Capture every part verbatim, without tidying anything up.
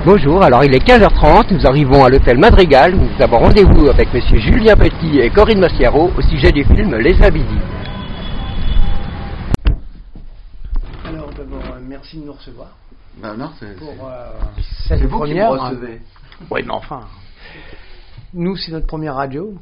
Bonjour, alors il est quinze heures trente, nous arrivons à l'hôtel Madrigal, nous avons rendez-vous avec monsieur Julien Petit et Corinne Massiaro au sujet du film Les Invisibles. Alors d'abord, euh, merci de nous recevoir. Ben non, c'est, pour c'est, euh, cette c'est vous première. qui me recevez. Oui, mais enfin, nous c'est notre première radio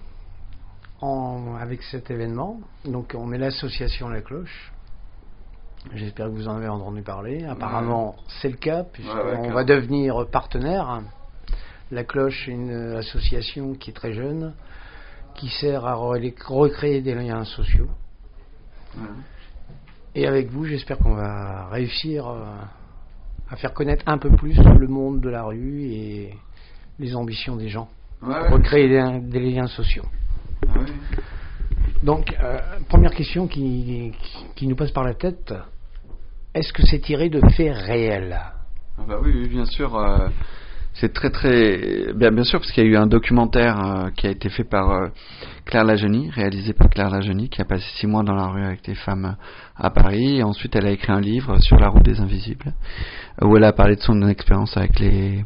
en, avec cet événement, donc on est l'association La Cloche. J'espère que vous en avez entendu parler. Apparemment, ouais. C'est le cas, puisqu'on ouais, ouais, va devenir partenaire. La Cloche est une association qui est très jeune, qui sert à recréer des liens sociaux. Ouais. Et avec vous, j'espère qu'on va réussir à faire connaître un peu plus le monde de la rue et les ambitions des gens. Ouais, ouais. Recréer des, des liens sociaux. Ah, oui. Donc, euh, première question qui, qui, qui nous passe par la tête, est-ce que c'est tiré de faits réels ? Ah bah oui, oui, bien sûr. Euh, c'est très très... Bien, bien sûr, parce qu'il y a eu un documentaire euh, qui a été fait par euh, Claire Lajeunie, réalisé par Claire Lajeunie, qui a passé six mois dans la rue avec des femmes à Paris. Et ensuite, elle a écrit un livre sur la route des invisibles, où elle a parlé de son expérience avec les...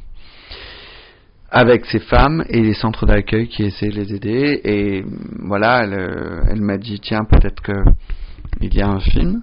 avec ces femmes et les centres d'accueil qui essaient de les aider. Et voilà, elle, elle m'a dit, tiens, peut-être que il y a un film.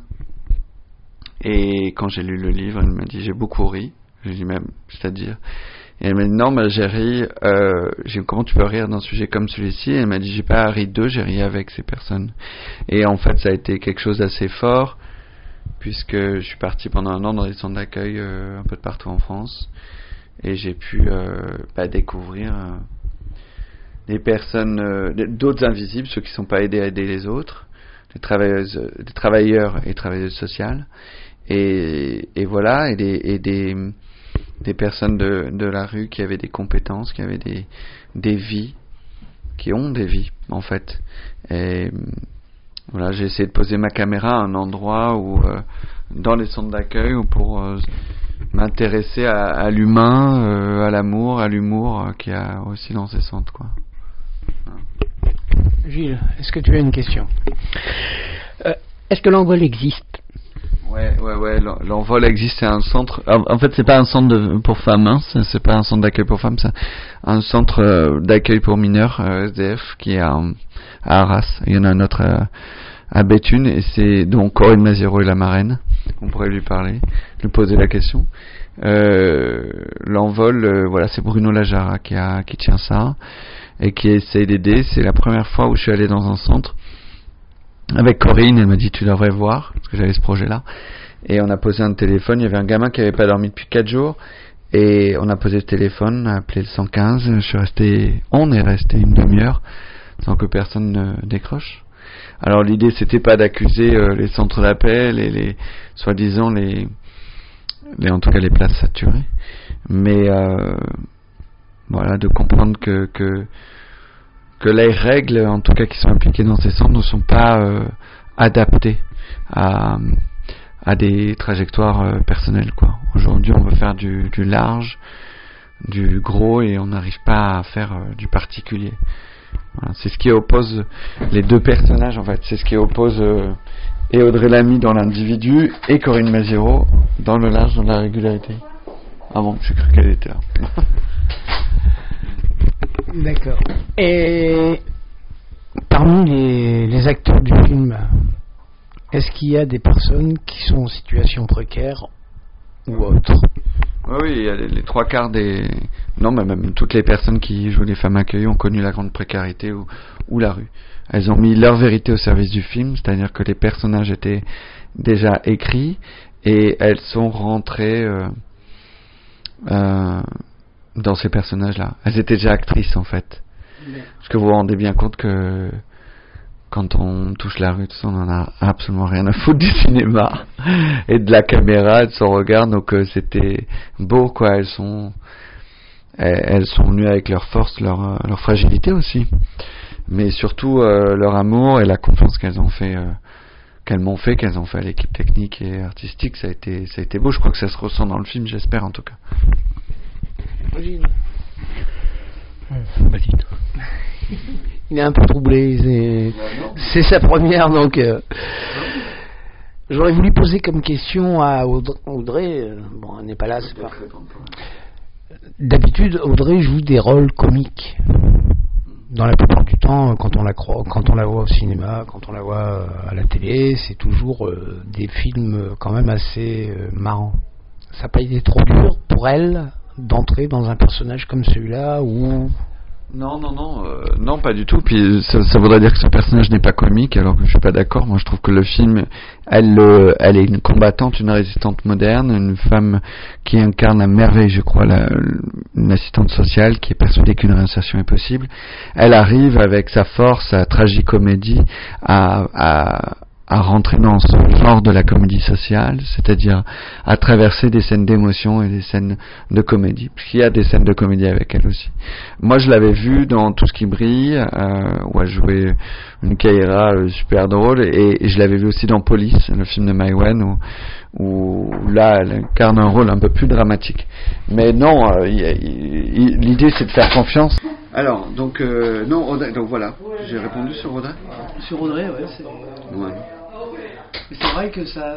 Et quand j'ai lu le livre, elle m'a dit, j'ai beaucoup ri. Je lui ai dit, même, c'est-à-dire. Et elle m'a dit, non, mais j'ai ri, euh, j'ai, comment tu peux rire d'un sujet comme celui-ci? Et elle m'a dit, j'ai pas ri d'eux, j'ai ri avec ces personnes. Et en fait, ça a été quelque chose d'assez fort, puisque je suis parti pendant un an dans des centres d'accueil euh, un peu de partout en France. Et j'ai pu euh, bah, découvrir euh, des personnes, euh, d'autres invisibles, ceux qui ne sont pas aidés à aider les autres, des travailleuses, des travailleurs et travailleuses sociales, et, et voilà, et des, et des, des personnes de, de la rue qui avaient des compétences, qui avaient des, des vies, qui ont des vies en fait. Et voilà, j'ai essayé de poser ma caméra à un endroit où, euh, dans les centres d'accueil, où pour euh, m'intéresser à, à l'humain, euh, à l'amour, à l'humour euh, qu'il y a aussi dans ces centres, quoi. Voilà. Gilles, est-ce que tu as une question ? euh, Est-ce que l'envol existe ? Ouais, ouais, ouais. L'envol existe. C'est un centre. En fait, c'est pas un centre de, pour femmes. Hein, c'est, c'est pas un centre d'accueil pour femmes. C'est un centre euh, d'accueil pour mineurs euh, S D F qui est à, à Arras. Il y en a un autre à, à Béthune, et c'est donc Corinne Maziero est la marraine. On pourrait lui parler, lui poser la question. Euh, l'envol, euh, voilà, c'est Bruno Lajara qui a qui tient ça et qui essaie d'aider. C'est la première fois où je suis allé dans un centre avec Corinne. Elle m'a dit, tu devrais voir, parce que j'avais ce projet-là. Et on a posé un téléphone. Il y avait un gamin qui avait pas dormi depuis quatre jours. Et on a posé le téléphone, on a appelé le cent quinze. Je suis resté, on est resté une demi-heure sans que personne ne décroche. Alors l'idée, c'était pas d'accuser euh, les centres d'appel et les, soi-disant les, les, en tout cas les places saturées, mais euh, voilà, de comprendre que que que les règles, en tout cas qui sont appliquées dans ces centres, ne sont pas euh, adaptées à à des trajectoires euh, personnelles, quoi. Aujourd'hui, on veut faire du du large, du gros, et on n'arrive pas à faire euh, du particulier. Voilà, c'est ce qui oppose les deux personnages, en fait. C'est ce qui oppose euh, et Audrey Lamy dans l'individu et Corinne Maziero dans le large, dans la régularité. Ah bon, j'ai cru qu'elle était là. D'accord. Et parmi les, les acteurs du film, est-ce qu'il y a des personnes qui sont en situation précaire ou autre ? Oui, oui, il y a les, les trois quarts des... Non, mais même toutes les personnes qui jouent les femmes accueillies ont connu la grande précarité ou, ou la rue. Elles ont mis leur vérité au service du film, c'est-à-dire que les personnages étaient déjà écrits et elles sont rentrées euh, euh, dans ces personnages-là. Elles étaient déjà actrices, en fait. Parce que vous vous rendez bien compte que quand on touche la rue, tout ça, on en a absolument rien à foutre du cinéma et de la caméra et de son regard. Donc euh, c'était beau, quoi. Elles sont, elles, elles sont venues avec leur force, leur, leur fragilité aussi, mais surtout euh, leur amour et la confiance qu'elles ont fait, euh, qu'elles m'ont fait, qu'elles ont fait à l'équipe technique et artistique. Ça a été, ça a été beau. Je crois que ça se ressent dans le film, j'espère en tout cas. Gilles. Vas-y. Il est un peu troublé, c'est, c'est sa première, donc euh, j'aurais voulu poser comme question à Audrey, euh, bon, elle n'est pas là, c'est pas, d'habitude, Audrey joue des rôles comiques. Dans la plupart du temps, quand on la croit, quand on la voit au cinéma, quand on la voit à la télé, c'est toujours euh, des films quand même assez euh, marrants. Ça n'a pas été trop dur pour elle d'entrer dans un personnage comme celui-là où... Non, non, non, euh, non, pas du tout. Puis ça, ça voudrait dire que ce personnage n'est pas comique, alors que je suis pas d'accord. Moi, je trouve que le film, elle, euh, elle est une combattante, une résistante moderne, une femme qui incarne à merveille, je crois, la, une assistante sociale qui est persuadée qu'une réinsertion est possible. Elle arrive avec sa force, sa tragicomédie, à, à à rentrer dans ce genre de la comédie sociale, c'est-à-dire à traverser des scènes d'émotion et des scènes de comédie, puisqu'il y a des scènes de comédie avec elle aussi. Moi, je l'avais vue dans Tout ce qui brille, euh, où elle jouait une Keira euh, super drôle, et, et je l'avais vue aussi dans Police, le film de Mai Wen, où, où là, elle incarne un rôle un peu plus dramatique. Mais non, euh, y a, y, l'idée, c'est de faire confiance. Alors, donc, euh, non, Audrey, donc voilà, j'ai répondu sur Audrey. Sur Audrey, ouais, c'est... Ouais. Mais c'est vrai que ça...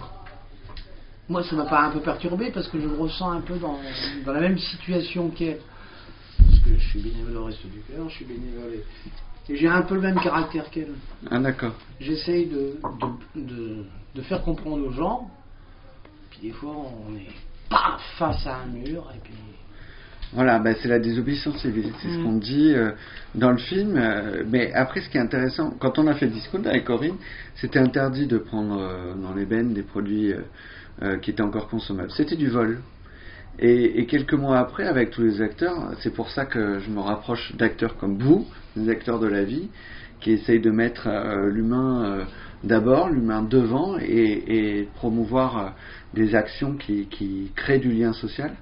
Moi, ça m'a pas un peu perturbé, parce que je me ressens un peu dans, dans la même situation qu'elle. Parce que je suis bénévole au Restos du Cœur, je suis bénévole et, et j'ai un peu le même caractère qu'elle. Ah, d'accord. J'essaye de, de, de, de faire comprendre aux gens, puis des fois, on est paf, face à un mur, et puis... Voilà, ben c'est la désobéissance civile, c'est mmh. ce qu'on dit euh, dans le film. Euh, mais après, ce qui est intéressant, quand on a fait Discount avec Corinne, c'était interdit de prendre euh, dans les bennes des produits euh, euh, qui étaient encore consommables. C'était du vol. Et, et quelques mois après, avec tous les acteurs, c'est pour ça que je me rapproche d'acteurs comme vous, des acteurs de la vie, qui essayent de mettre euh, l'humain euh, d'abord, l'humain devant, et, et promouvoir euh, des actions qui, qui créent du lien social.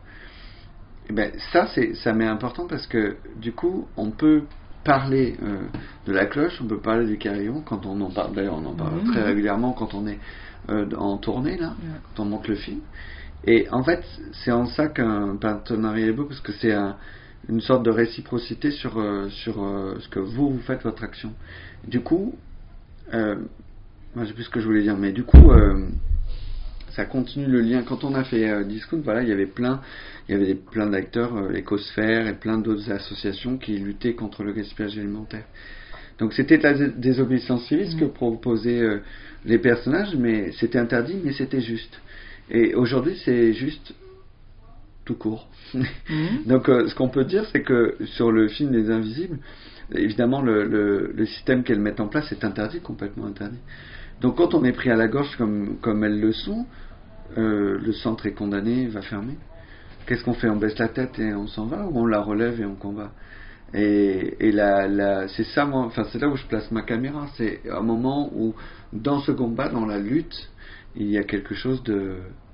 Eh ben, ça, c'est, ça m'est important parce que du coup, on peut parler euh, de la cloche, on peut parler du carillon quand on en parle. D'ailleurs, on en parle mmh. très régulièrement quand on est euh, en tournée là, mmh. quand on monte le film. Et en fait, c'est en ça qu'un partenariat est beau parce que c'est un, une sorte de réciprocité sur euh, sur euh, ce que vous vous faites, votre action. Du coup, euh, moi, je sais plus ce que je voulais dire, mais du coup. Euh, ça continue le lien. Quand on a fait euh, Discount, voilà, il y avait plein, il y avait des, plein d'acteurs, euh, Écosphère et plein d'autres associations qui luttaient contre le gaspillage alimentaire. Donc c'était de la désobéissance civile, mmh. ce que proposaient euh, les personnages, mais c'était interdit, mais c'était juste. Et aujourd'hui, c'est juste tout court. Mmh. Donc euh, ce qu'on peut dire, c'est que sur le film Les Invisibles, évidemment, le, le, le système qu'elles mettent en place est interdit, complètement interdit. Donc quand on est pris à la gorge comme, comme elles le sont, euh, le centre est condamné, va fermer. Qu'est-ce qu'on fait? On baisse la tête et on s'en va, ou on la relève et on combat? Et, et la, la, c'est ça, moi, enfin c'est là où je place ma caméra. C'est un moment où, dans ce combat, dans la lutte, il y a quelque chose de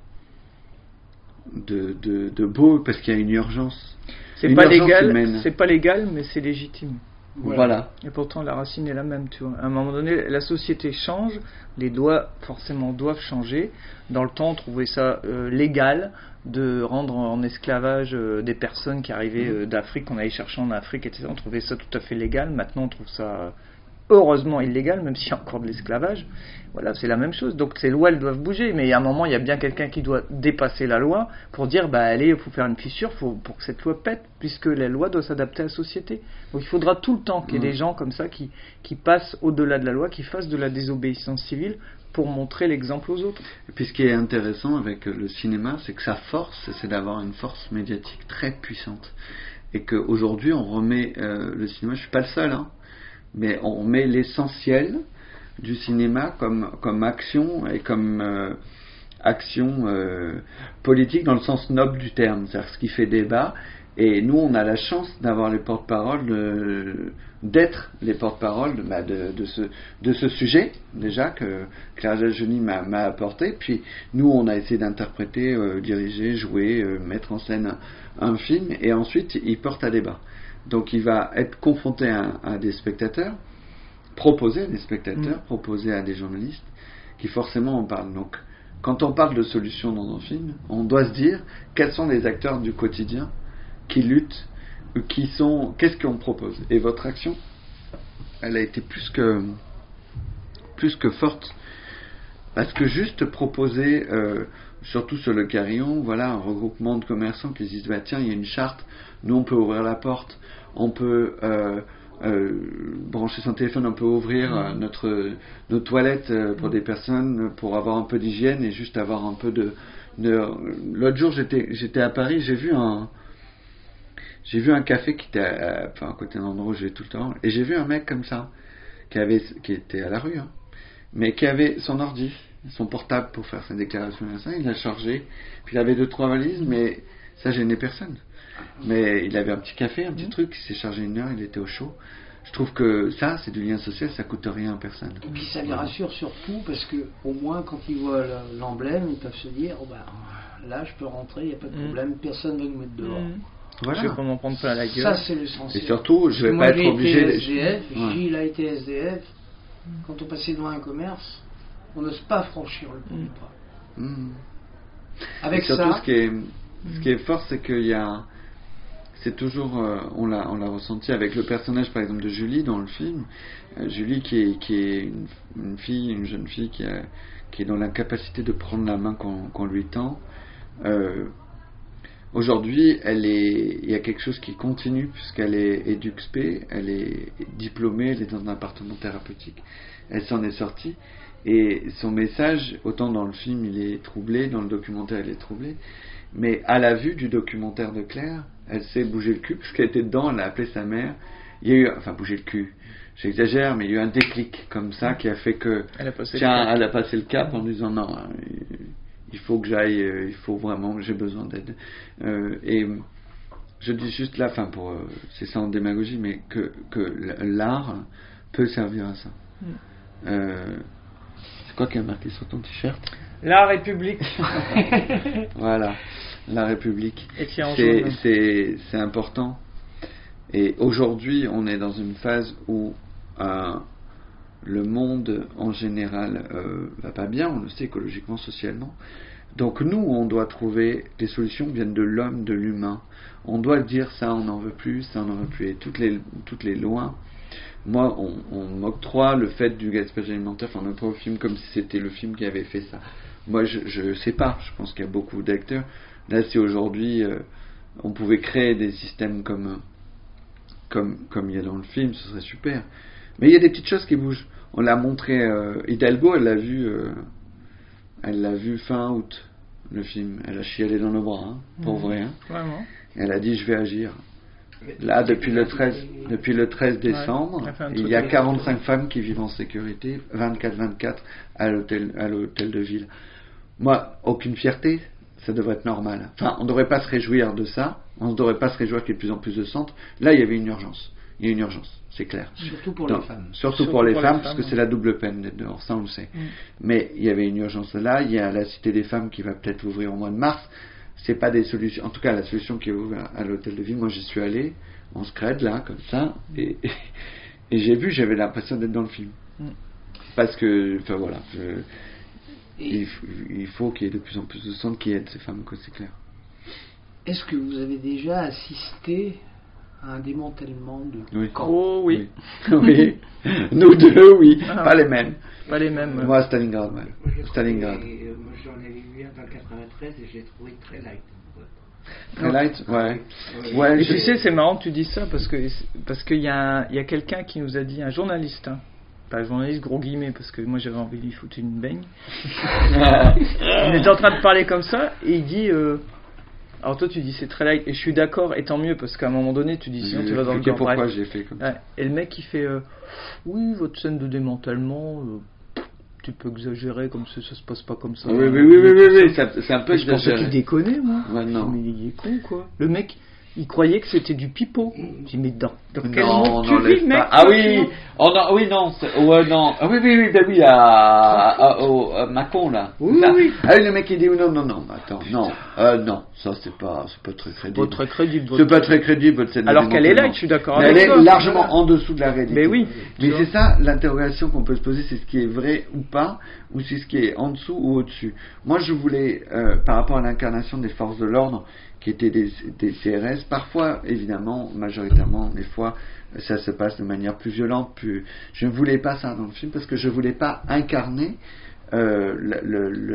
de, de, de beau parce qu'il y a une urgence. C'est une pas urgence légal, humaine. c'est pas légal, mais c'est légitime. Voilà. voilà. Et pourtant, la racine est la même, tu vois. À un moment donné, la société change, les lois, forcément, doivent changer. Dans le temps, on trouvait ça euh, légal de rendre en esclavage euh, des personnes qui arrivaient euh, d'Afrique, qu'on allait chercher en Afrique, et cetera. On trouvait ça tout à fait légal. Maintenant, on trouve ça heureusement illégal, même s'il y a encore de l'esclavage. Voilà, c'est la même chose. Donc ces lois, elles doivent bouger, mais à un moment, il y a bien quelqu'un qui doit dépasser la loi pour dire, bah allez, il faut faire une fissure faut, pour que cette loi pète, puisque la loi doit s'adapter à la société. Donc il faudra tout le temps qu'il y ait mmh. des gens comme ça qui, qui passent au-delà de la loi, qui fassent de la désobéissance civile pour montrer l'exemple aux autres. Et puis ce qui est intéressant avec le cinéma, c'est que sa force, c'est d'avoir une force médiatique très puissante. Et qu'aujourd'hui, on remet euh, le cinéma, je suis pas le seul, hein, mais on met l'essentiel du cinéma comme, comme action et comme euh, action euh, politique dans le sens noble du terme, c'est-à-dire ce qui fait débat. Et nous, on a la chance d'avoir les porte-paroles, de, d'être les porte-paroles de, bah, de, de, ce, de ce sujet, déjà, que Claire Jalgeny m'a, m'a apporté. Puis nous, on a essayé d'interpréter, euh, diriger, jouer, euh, mettre en scène un, un film, et ensuite, il porte à débat. Donc il va être confronté à, à des spectateurs, proposé à des spectateurs, mmh. proposé à des journalistes, qui forcément en parlent. Donc quand on parle de solutions dans un film, on doit se dire quels sont les acteurs du quotidien qui luttent, qui sont, qu'est-ce qu'on propose. Et votre action, elle a été plus que plus que forte, parce que juste proposer, euh, surtout sur le carillon, voilà, un regroupement de commerçants qui se disent bah, tiens, il y a une charte, nous on peut ouvrir la porte, on peut euh, euh, brancher son téléphone, on peut ouvrir euh, notre, nos toilettes euh, pour des personnes, pour avoir un peu d'hygiène et juste avoir un peu de. de... L'autre jour, j'étais, j'étais à Paris, j'ai vu un. J'ai vu un café qui était à, enfin, à côté d'un endroit où je vais tout le temps, et j'ai vu un mec comme ça, qui, avait, qui était à la rue, hein, mais qui avait son ordi, son portable pour faire sa déclaration, et ça, il l'a chargé, puis il avait deux, trois valises, mais ça gênait personne. Mais il avait un petit café, un petit mmh. truc, il s'est chargé une heure, il était au chaud. Je trouve que ça, c'est du lien social, ça coûte rien à personne. Et puis ça les rassure surtout, parce que au moins quand ils voient l'emblème, ils peuvent se dire, oh bah, là je peux rentrer, il n'y a pas de problème, mmh. personne ne va nous mettre dehors. Mmh. Voilà. Je vais pas m'en prendre plein la gueule. Ça, c'est l'essentiel. Et surtout, je vais moi, pas être obligé. S D F, ouais. Gilles a été S D F. Quand on passait devant un commerce, on n'ose pas franchir le pont du pas. Mmh. Avec et surtout, ça. Ce qui est, ce qui est fort, c'est qu'il y a. C'est toujours. Euh, on, l'a, on l'a ressenti avec le personnage, par exemple, de Julie dans le film. Euh, Julie, qui est, qui est une, une fille, une jeune fille qui, a, qui est dans l'incapacité de prendre la main qu'on, qu'on lui tend. Euh, Aujourd'hui, elle est, il y a quelque chose qui continue puisqu'elle est EduxP, elle est diplômée, elle est dans un appartement thérapeutique. Elle s'en est sortie et son message, autant dans le film il est troublé, dans le documentaire il est troublé, mais à la vue du documentaire de Claire, elle s'est bougé le cul puisqu'elle était dedans, elle a appelé sa mère. Il y a eu, enfin bouger le cul, j'exagère, mais il y a eu un déclic comme ça qui a fait que, elle a passé tiens, elle a passé le cap en disant non. Il faut que j'aille, euh, il faut vraiment, j'ai besoin d'aide. Euh, et je dis juste là, enfin pour, euh, c'est ça en démagogie, mais que, que l'art peut servir à ça. Mm. Euh, c'est quoi qui a marqué sur ton t-shirt ? La République. Voilà, la République. Et qui est en c'est, jaune. c'est, c'est important. Et aujourd'hui, on est dans une phase où euh, le monde en général euh, va pas bien, on le sait écologiquement, socialement. Donc nous, on doit trouver des solutions qui viennent de l'homme, de l'humain. On doit dire ça, on n'en veut plus, ça, on n'en veut plus. Et toutes les, toutes les lois, moi, on, on m'octroie le fait du gaspillage alimentaire, enfin, on octroie le film comme si c'était le film qui avait fait ça. Moi, je, je sais pas, je pense qu'il y a beaucoup d'acteurs. Là, si aujourd'hui, euh, on pouvait créer des systèmes comme, comme, comme il y a dans le film, ce serait super. Mais il y a des petites choses qui bougent. On l'a montré, euh, Hidalgo, elle l'a vu, euh, elle l'a vu fin août, le film. Elle a chialé dans le bras, hein, pour mmh. vrai. Hein. Vraiment. Elle a dit, je vais agir. Là, depuis le treize, depuis le treize décembre, ouais, il y a quarante-cinq femmes qui vivent en sécurité, vingt-quatre vingt-quatre à l'hôtel, à l'hôtel de ville. Moi, aucune fierté, ça devrait être normal. Enfin, on ne devrait pas se réjouir de ça, on ne devrait pas se réjouir qu'il y ait de plus en plus de centres. Là, il y avait une urgence. Il y a une urgence, c'est clair. Surtout pour Donc, les femmes. Surtout, surtout pour les pour femmes, les parce femmes, que c'est la double peine d'être dehors, ça on le sait. Mm. Mais il y avait une urgence là, il y a la Cité des Femmes qui va peut-être ouvrir au mois de mars. C'est pas des solutions, en tout cas la solution qui est ouverte à l'hôtel de ville, moi j'y suis allé, en scred là, comme ça, et, et, et j'ai vu, j'avais l'impression d'être dans le film. Mm. Parce que, enfin voilà, je, il, il faut qu'il y ait de plus en plus de centres qui aident ces femmes, quoi, c'est clair. Est-ce que vous avez déjà assisté à un démantèlement de oui. camps ? Oh oui. Oui. Nous deux, oui. Ah, pas les mêmes. Pas les mêmes. Moi, Stalingrad, ouais. Stalingrad. Et, euh, moi, j'en avais vu un dans le quatre-vingt-treize et je l'ai trouvé très light. Très light, ouais. Ouais. ouais et je... tu sais, c'est marrant que tu dis ça parce que parce qu'il y a il y a quelqu'un qui nous a dit, un journaliste, hein, pas un journaliste gros guillemets parce que moi j'avais envie de lui foutre une baigne. On était en train de parler comme ça et il dit. Euh, Alors toi tu dis c'est très light et je suis d'accord et tant mieux parce qu'à un moment donné tu dis sinon tu vas dans le camp. Pourquoi bref. j'ai fait comme ça. Ouais. Et le mec il fait euh, oui votre scène de démantèlement euh, tu peux exagérer comme ça ça se passe pas comme ça. Oui oui oui oui oui, oui, oui ça, c'est un peu et je exagéré. pensais qu'il déconnait moi. Ouais, non. Mais il est con quoi. Le mec il croyait que c'était du pipeau. Je dis mais dans, dans quel non, monde tu vis mec? Ah oui, oh non, oui non, ouais non, ah oui oui oui ben oui à, à, au à Macon là. Oui ça. oui. Ah oui le mec il dit non non non attends non euh, non ça c'est pas c'est pas très crédible. Pas très crédible. C'est pas très crédible votre scène. Alors qu'elle est là, je suis d'accord mais avec elle toi. est largement en dessous de la réalité. Mais oui. Mais c'est ça l'interrogation qu'on peut se poser, c'est ce qui est vrai ou pas, ou c'est ce qui est en dessous ou au-dessus. Moi je voulais euh, par rapport à l'incarnation des forces de l'ordre qui étaient des, des C R S, parfois, évidemment, majoritairement, des fois, ça se passe de manière plus violente, plus... Je ne voulais pas ça dans le film, parce que je ne voulais pas incarner euh, le, le, le,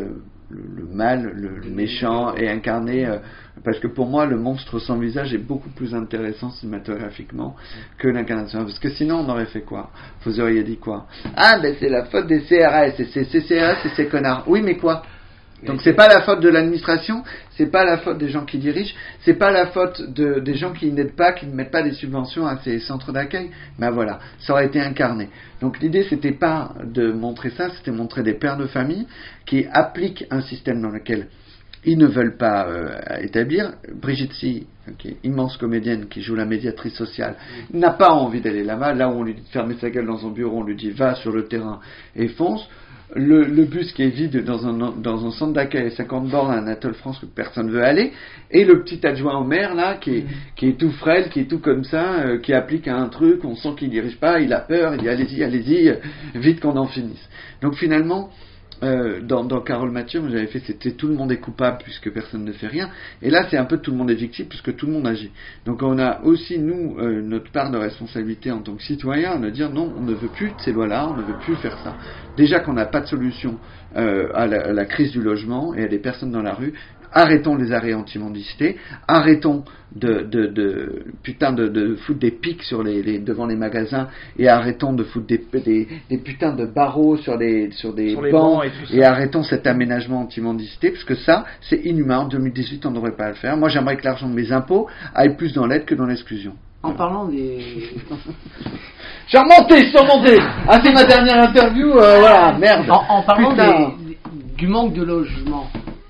le, le mal, le, le méchant, et incarner, euh, parce que pour moi le monstre sans visage est beaucoup plus intéressant cinématographiquement que l'incarnation, parce que sinon on aurait fait quoi? Vous auriez dit quoi? Ah ben c'est la faute des C R S, et c'est ces C R S et ces connards. Oui mais quoi? Donc c'est pas la faute de l'administration, c'est pas la faute des gens qui dirigent, c'est pas la faute de, des gens qui n'aident pas, qui ne mettent pas des subventions à ces centres d'accueil. Ben voilà, ça aurait été incarné. Donc l'idée c'était pas de montrer ça, c'était montrer des pères de famille qui appliquent un système dans lequel ils ne veulent pas euh, établir. Brigitte Si, qui est immense comédienne, qui joue la médiatrice sociale, n'a pas envie d'aller là-bas. Là où on lui dit de fermer sa gueule dans son bureau, on lui dit va sur le terrain et fonce. Le, le bus qui est vide dans un, dans un centre d'accueil à cinquante bornes à Anatole France que personne ne veut aller, et le petit adjoint au maire là qui est, qui est tout frêle, qui est tout comme ça, euh, qui applique un truc, on sent qu'il dirige pas, il a peur, il dit allez-y, allez-y, euh, vite qu'on en finisse. Donc finalement, euh, dans, dans Carole Mathieu, moi j'avais fait c'était tout le monde est coupable puisque personne ne fait rien, et là c'est un peu tout le monde est victime puisque tout le monde agit. Donc on a aussi nous euh, notre part de responsabilité en tant que citoyen de dire non, on ne veut plus de ces lois-là, on ne veut plus faire ça. Déjà qu'on n'a pas de solution euh, à, la, à la crise du logement et à des personnes dans la rue, arrêtons les arrêts anti-mendicité, arrêtons de, de, de putain de, de foutre des pics sur les, les, devant les magasins, et arrêtons de foutre des, des, des putains de barreaux sur, les, sur des sur bancs, et, et arrêtons cet aménagement anti-mendicité, parce que ça, c'est inhumain. En deux mille dix-huit, on ne devrait pas le faire. Moi, j'aimerais que l'argent de mes impôts aille plus dans l'aide que dans l'exclusion. En parlant des... Je suis remonté, je suis remonté. Ah, c'est ma dernière interview, euh, voilà, merde. En, en parlant Putain. des, du manque de logement,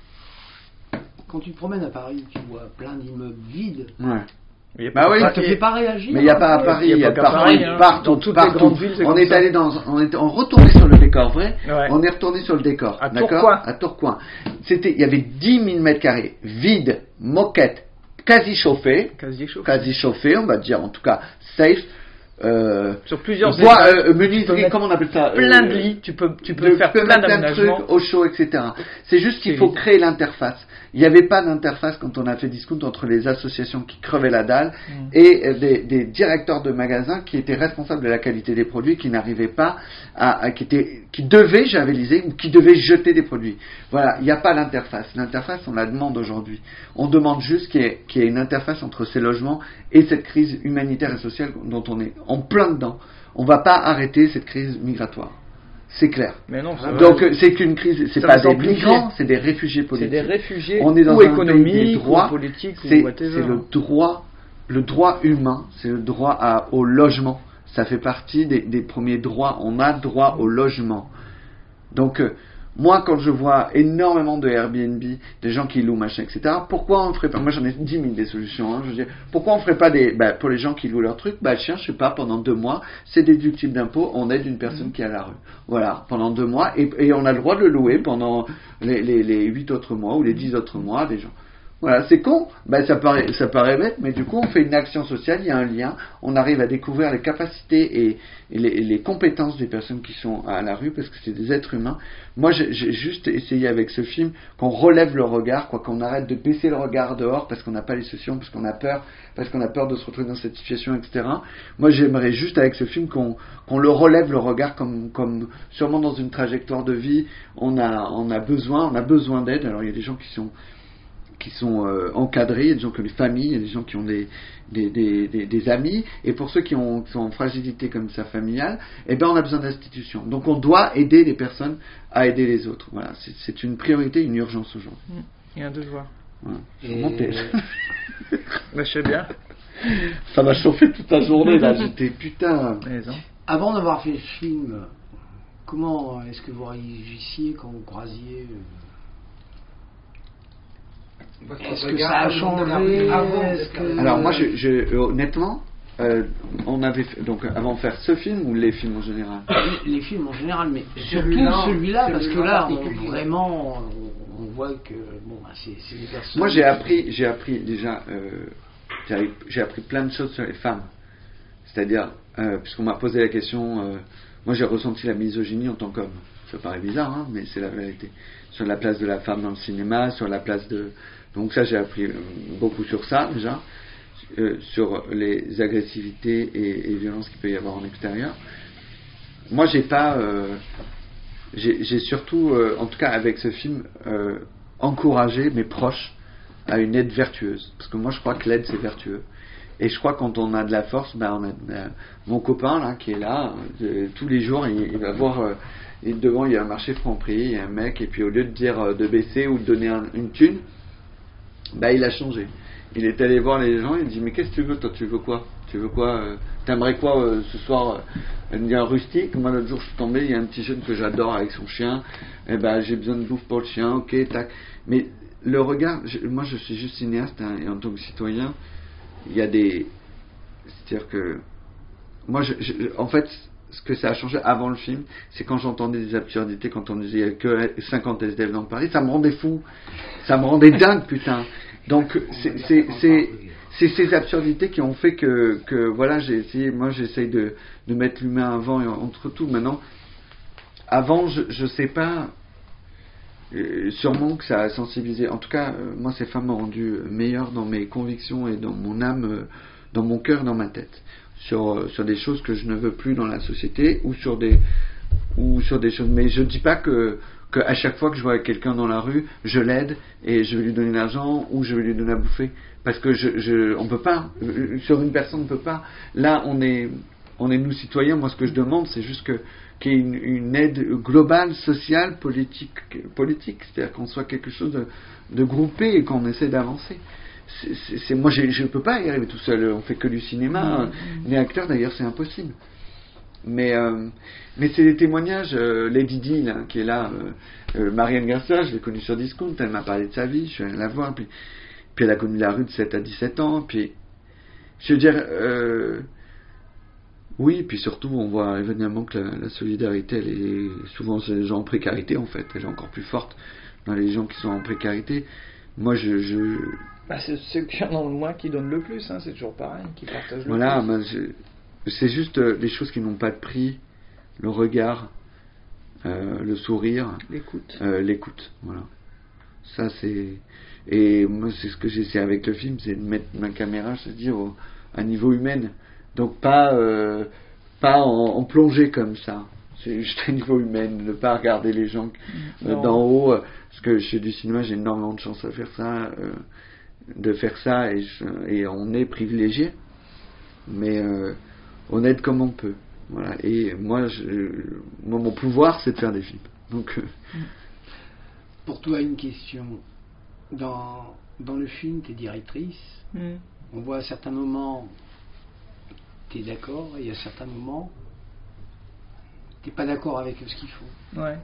quand tu te promènes à Paris, tu vois plein d'immeubles vides. Ouais. Bah oui, ça te fait pas réagir. mais il n'y a pas à Paris, il y a partout, Paris, hein. partout, Dans toutes partout. les grandes villes, c'est on comme est ça. allé dans, on est, on retourné sur le décor vrai. Ouais. On est retourné sur le décor, À d'accord Tourcoing. À Tourcoing. C'était, il y avait dix mille mètres carrés, vide, moquette, quasi chauffé, Quasi chaud. quasi chauffé, on va dire, en tout cas safe. Euh, Sur plusieurs bois, étages, euh, tu menuiserie, peux mettre comment on appelle ça plein de euh, lits, tu peux, tu peux de- faire tu peux plein mettre plein de d'aménagements. trucs au chaud, et cetera. C'est juste qu'il C'est faut vite. créer l'interface. Il n'y avait pas d'interface quand on a fait discount entre les associations qui crevaient la dalle Mm. et euh, des, des directeurs de magasins qui étaient responsables de la qualité des produits, qui n'arrivaient pas à, à- qui étaient, qui devaient javeliser ou qui devaient jeter des produits. Voilà, il n'y a pas l'interface. L'interface, on la demande aujourd'hui. On demande juste qu'il y ait, qu'il y ait une interface entre ces logements et cette crise humanitaire et sociale dont on est en plein dedans. On ne va pas arrêter cette crise migratoire. C'est clair. Mais non, ça Donc va. euh, c'est qu'une crise, c'est Ça pas va des s'amplifier. migrants, c'est des réfugiés C'est politiques. des réfugiés On est dans ou un pays économiques des droits, ou politiques c'est, ou whatever. c'est le droit, le droit humain, c'est le droit à, au logement. Ça fait partie des, des premiers droits. On a droit au logement. Donc euh, moi, quand je vois énormément de Airbnb, des gens qui louent machin, et cetera. Pourquoi on ferait pas? Moi, j'en ai dix mille des solutions. Hein, je veux dire, pourquoi on ferait pas des, bah, pour les gens qui louent leur truc, bah tiens, je sais pas, pendant deux mois, c'est déductible d'impôt, on aide une personne Mmh. qui est à la rue. Voilà, pendant deux mois, et, et on a le droit de le louer pendant les, les, les huit autres mois ou les dix autres mois, des gens. Voilà, c'est con, ben, ça paraît, ça paraît bête, mais du coup on fait une action sociale, il y a un lien, on arrive à découvrir les capacités et, et, les, et les compétences des personnes qui sont à la rue, parce que c'est des êtres humains. Moi j'ai, j'ai juste essayé avec ce film qu'on relève le regard, quoi, qu'on arrête de baisser le regard dehors parce qu'on n'a pas les solutions, parce qu'on a peur, parce qu'on a peur de se retrouver dans cette situation, et cetera. Moi j'aimerais juste avec ce film qu'on, qu'on le relève le regard comme, comme sûrement dans une trajectoire de vie, on a, on a besoin, on a besoin d'aide. Alors il y a des gens qui sont qui sont euh, encadrés, il y a des gens qui ont des familles, il y a des gens qui ont des, des, des, des, des amis, et pour ceux qui, ont, qui sont en fragilité comme ça familiale, eh ben on a besoin d'institutions. Donc on doit aider les personnes à aider les autres. Voilà, c'est, c'est une priorité, une urgence aujourd'hui. Mmh. Il y a un devoir. Voilà. Et- Remontez. Bah, je sais bien. Ça m'a chauffé toute la journée là, j'étais putain. Mais non. Avant d'avoir fait le film, comment est-ce que vous réagissiez quand vous croisiez euh, Votre Est-ce que regard ça a au monde de la changé rue avant Est-ce de- que- Alors moi, je, je, honnêtement, euh, on avait fait, donc avant de faire ce film ou les films en général. les, les films en général, mais surtout Celui-là, celui-là, parce que celui-là là, en on, particulier. vraiment, on, on voit que bon, bah, c'est, c'est des personnes. Moi, j'ai appris, j'ai appris déjà, euh, j'ai, j'ai appris plein de choses sur les femmes. C'est-à-dire, euh, puisqu'on m'a posé la question, euh, moi j'ai ressenti la misogynie en tant qu'homme. Ça paraît bizarre, hein, mais c'est la vérité. Sur la place de la femme dans le cinéma, sur la place de... Donc ça, j'ai appris euh, beaucoup sur ça, déjà. Euh, sur les agressivités et, et violences qu'il peut y avoir en extérieur. Moi, j'ai pas... Euh, j'ai, j'ai surtout, euh, en tout cas avec ce film, euh, encouragé mes proches à une aide vertueuse. Parce que moi, je crois que l'aide, c'est vertueux. Et je crois que quand on a de la force, ben on a euh, mon copain là qui est là euh, tous les jours, il, il va voir euh, et devant il y a un marché Franprix, il y a un mec et puis au lieu de dire euh, de baisser ou de donner un, une thune, ben il a changé. Il est allé voir les gens, il dit mais qu'est-ce que tu veux toi, tu veux quoi, tu veux quoi, euh, t'aimerais quoi euh, ce soir, euh, il dit un rustique. Moi l'autre jour je suis tombé, il y a un petit jeune que j'adore avec son chien, et ben j'ai besoin de bouffe pour le chien, ok tac. Mais le regard, je, moi je suis juste cinéaste hein, et en tant que citoyen. Il y a des... C'est-à-dire que... Moi, je, je, en fait, ce que ça a changé avant le film, c'est quand j'entendais des absurdités, quand on disait qu'il n'y avait que cinquante S D F dans Paris, ça me rendait fou. Ça me rendait dingue, putain. Donc, c'est, c'est, c'est, c'est ces absurdités qui ont fait que, que voilà, j'ai essayé... Moi, j'essaye de, de mettre l'humain avant et entre tout. Maintenant, avant, je ne sais pas... Euh, sûrement que ça a sensibilisé. En tout cas, euh, moi, ces femmes m'ont rendu meilleur dans mes convictions et dans mon âme, euh, dans mon cœur, dans ma tête, sur euh, sur des choses que je ne veux plus dans la société ou sur des ou sur des choses. Mais je dis pas que que à chaque fois que je vois quelqu'un dans la rue, je l'aide et je vais lui donner de l'argent ou je vais lui donner à bouffer parce que je je on peut pas sur une personne on peut pas. Là, on est on est nous citoyens. Moi, ce que je demande, c'est juste que qu'il y ait une, une aide globale, sociale, politique, politique, c'est-à-dire qu'on soit quelque chose de, de groupé et qu'on essaie d'avancer. C'est, c'est, c'est, moi, je ne peux pas y arriver tout seul. On fait que du cinéma. Mmh. Les acteurs, d'ailleurs, c'est impossible. Mais, euh, mais c'est des témoignages. Euh, Lady Di, là, qui est là, euh, euh, Marianne Garcia, je l'ai connue sur Discount. Elle m'a parlé de sa vie. Je suis allé la voir. Puis, puis elle a connu la rue de sept à dix-sept ans. Puis, je veux dire. Euh, Oui, puis surtout, on voit évidemment que la, la solidarité, elle est souvent chez les gens en précarité, en fait. Elle est encore plus forte dans les gens qui sont en précarité. Moi, je... je... Bah, c'est ceux qui en ont le moins qui donnent le plus, hein, c'est toujours pareil, qui partagent le voilà, plus. Voilà, je... c'est juste euh, les choses qui n'ont pas de prix, le regard, euh, le sourire, l'écoute. Euh, l'écoute, voilà. Ça, c'est... Et moi, c'est ce que j'essaie avec le film, c'est de mettre ma caméra, je veux dire, au... à niveau humain. Donc pas euh, pas en, en plongée comme ça. C'est juste à niveau humain, ne pas regarder les gens euh, d'en haut. Euh, parce que je fais du cinéma, j'ai énormément de chance à faire ça, euh, de faire ça, et, je, et on est privilégié, mais euh, on aide comme on peut. Voilà. Et moi, je, moi, mon pouvoir, c'est de faire des films. Donc, euh, pour toi, une question. Dans dans le film, tu es directrice. Mm. On voit à certains moments. T'es d'accord, et il y a certains moments, t'es pas d'accord avec ce qu'ils font. Ouais.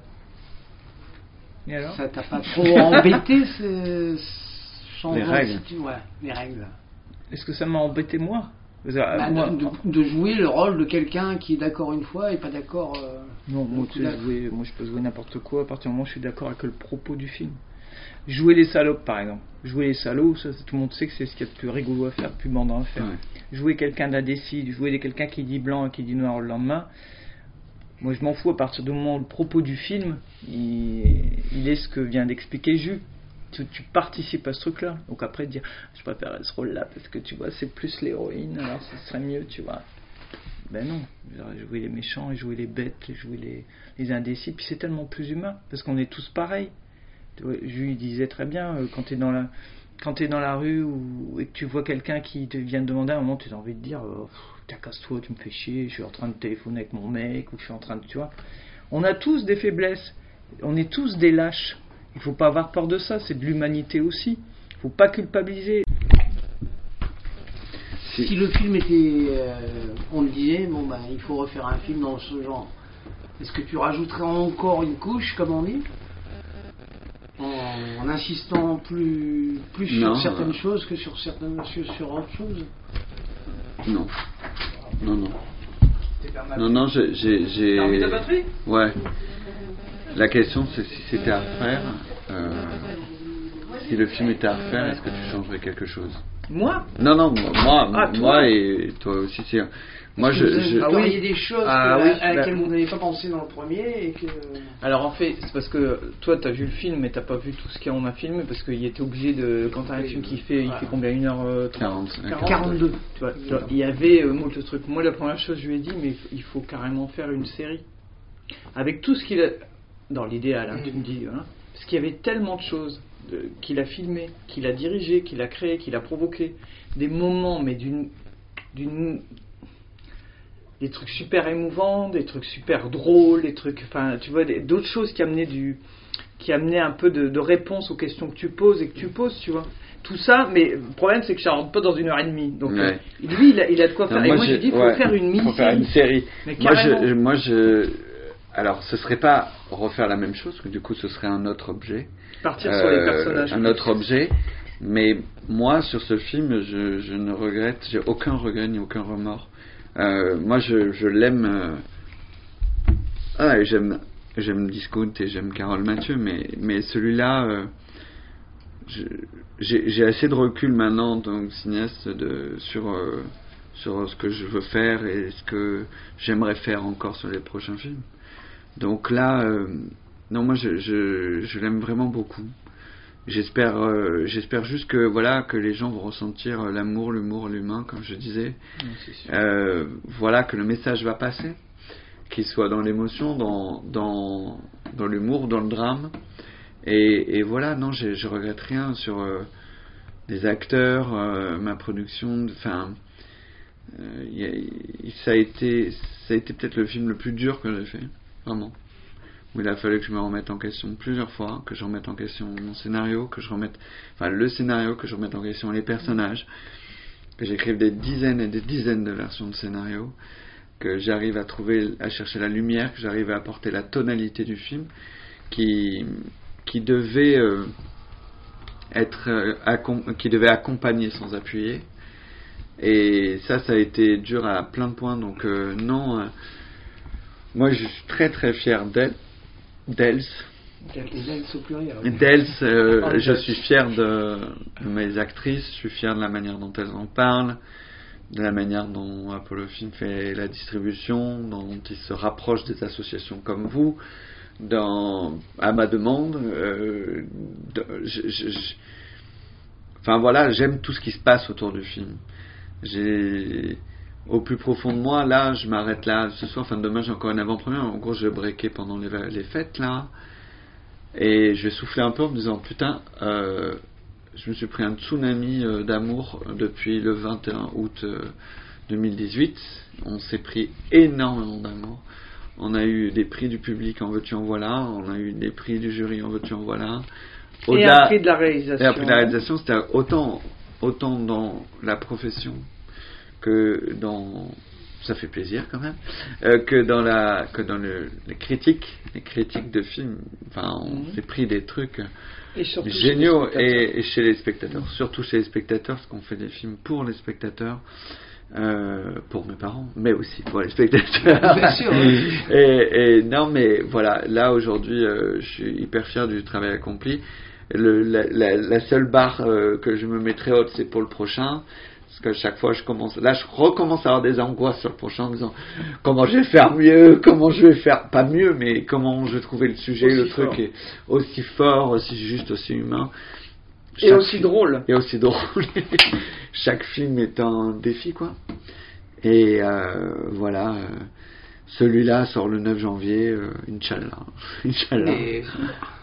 Et alors ? Ça t'a pas trop embêté, ce changement les règles. De... Ouais, les règles. Est-ce que ça m'a embêté moi, bah, moi de, de, de jouer le rôle de quelqu'un qui est d'accord une fois et pas d'accord. Euh, non, moi, tu sais, jouer, moi je peux jouer n'importe quoi à partir du moment où je suis d'accord avec le propos du film. Jouer les salopes, par exemple. Jouer les salauds, ça, tout le monde sait que c'est ce qu'il y a de plus rigolo à faire, plus bandant à faire. Ouais. Jouer quelqu'un d'indécis, jouer quelqu'un qui dit blanc et qui dit noir le lendemain, moi je m'en fous à partir du moment où le propos du film, il, il est ce que vient d'expliquer Jus. Tu, tu participes à ce truc-là. Donc après, dire, je préfère ce rôle-là parce que tu vois, c'est plus l'héroïne, alors ce serait mieux, tu vois. Ben non, jouer les méchants, et jouer les bêtes, et jouer les, les indécis, puis c'est tellement plus humain, parce qu'on est tous pareils. Jules disait très bien, euh, quand tu es dans la quand tu es dans la rue ou, et que tu vois quelqu'un qui te vient te demander, à un moment tu as envie de dire oh, casse-toi, tu me fais chier, je suis en train de téléphoner avec mon mec, ou je suis en train de, tu vois, on a tous des faiblesses, on est tous des lâches, il faut pas avoir peur de ça, c'est de l'humanité aussi, il faut pas culpabiliser. Si le film était euh, on le disait, bon ben il faut refaire un film dans ce genre, est-ce que tu rajouterais encore une couche comme on dit? En, en insistant plus, plus non, sur certaines euh... choses que sur certaines sur, sur autre chose. Non, non, non. Non, non, j'ai, j'ai, j'ai... T'as envie de batterie ? Ouais. La question, c'est si c'était à refaire. Euh, si le film était à refaire, est-ce que tu changerais quelque chose ? Moi ? Non, non, moi, ah, moi et toi aussi, c'est. Moi, je. je... Ah oui, il y a des choses ah, que, oui, à, à bah... laquelle vous n'avez pas pensé dans le premier et que. Alors en fait, c'est parce que toi, t'as vu le film, mais t'as pas vu tout ce qu'on a filmé, parce qu'il était obligé de. Quand t'as un film qui fait, il fait combien, une heure quarante, quarante-deux. Tu vois, genre, il y avait euh, moult trucs. Moi, la première chose, je lui ai dit, mais il faut carrément faire une série avec tout ce qu'il a. dans l'idéal, hein, tu me dis, hein, parce qu'il y avait tellement de choses de, qu'il a filmé, qu'il a dirigé, qu'il a créé, qu'il a provoqué, des moments, mais d'une, d'une, des trucs super émouvants, des trucs super drôles, des trucs, enfin, tu vois, des, d'autres choses qui amenaient du, qui amenaient un peu de, de réponse aux questions que tu poses et que tu poses, tu vois. Tout ça, mais le problème c'est que ça rentre pas dans une heure et demie. Donc ouais. euh, lui, il a, il a de quoi faire. Non, moi, et moi, je dis, il faut ouais, faire une mini-série. Faut faire une série. Mais moi, je, moi, je, alors, ce serait pas refaire la même chose, parce que du coup, ce serait un autre objet. Partir euh, sur les personnages. Un autre objet. Mais moi, sur ce film, je, je ne regrette, j'ai aucun regret ni aucun remords. Euh, moi, je, je l'aime. Euh, ah, et j'aime, j'aime Discount et j'aime Carole Mathieu, mais, mais celui-là. Euh, Je, j'ai, j'ai assez de recul maintenant en tant que cinéaste de, sur, euh, sur ce que je veux faire et ce que j'aimerais faire encore sur les prochains films. Donc là, euh, non, moi je, je, je l'aime vraiment beaucoup. J'espère, euh, j'espère juste que, voilà, que les gens vont ressentir l'amour, l'humour, l'humain, comme je disais. Oui, c'est sûr. Euh, voilà, que le message va passer, qu'il soit dans l'émotion, dans, dans, dans l'humour, dans le drame. Et, et voilà, non, je, je regrette rien sur euh, les acteurs, euh, ma production. Enfin, euh, ça a été, ça a été peut-être le film le plus dur que j'ai fait, vraiment. Où il a fallu que je me remette en question plusieurs fois, que je remette en question mon scénario, que je remette, enfin le scénario, que je remette en question les personnages, que j'écrive des dizaines et des dizaines de versions de scénario, que j'arrive à trouver, à chercher la lumière, que j'arrive à apporter la tonalité du film, qui qui devait euh, être euh, accom- qui devait accompagner sans appuyer, et ça ça a été dur à plein de points. Donc euh, non, euh, moi je suis très très fier d'elle, d'Els d'Els euh, je suis fier de, de mes actrices, je suis fier de la manière dont elles en parlent, de la manière dont Apollo Film fait la distribution, dont il se rapproche des associations comme vous. Dans, à ma demande, euh, de, je, je, je, enfin voilà, j'aime tout ce qui se passe autour du film. J'ai, au plus profond de moi, là, je m'arrête là ce soir. Enfin, demain, j'ai encore une avant-première. En gros, je vais breaker pendant les, les fêtes là, et je vais souffler un peu en me disant putain, euh, je me suis pris un tsunami euh, d'amour depuis le vingt et un août euh, deux mille dix-huit. On s'est pris énormément d'amour. On a eu des prix du public, en veux-tu en voilà. On a eu des prix du jury, en veux-tu en voilà. Au-delà, et un prix de la réalisation. Et un prix de la réalisation, c'était autant, autant dans la profession que dans... Ça fait plaisir quand même. Euh, que dans, la, que dans le, les critiques, les critiques de films. Enfin, on mmh. s'est pris des trucs et géniaux. Et, et chez les spectateurs. Surtout chez les spectateurs, parce qu'on fait des films pour les spectateurs. Euh, pour mes parents, mais aussi pour les spectateurs. Bien sûr. Oui. et, et non, mais voilà, là aujourd'hui, euh, je suis hyper fier du travail accompli. Le, la, la, la seule barre euh, que je me mettrai haute, c'est pour le prochain. Parce qu'à chaque fois, je commence, là, je recommence à avoir des angoisses sur le prochain, en me disant comment je vais faire mieux, comment je vais faire, pas mieux, mais comment je vais trouver le sujet, aussi le truc fort. Est aussi fort, aussi juste, aussi humain. Et aussi film, drôle. Et aussi drôle. Chaque film est un défi, quoi. Et euh, voilà. Euh, celui-là sort le neuf janvier. Euh, Inch'Allah. Inch'Allah. Et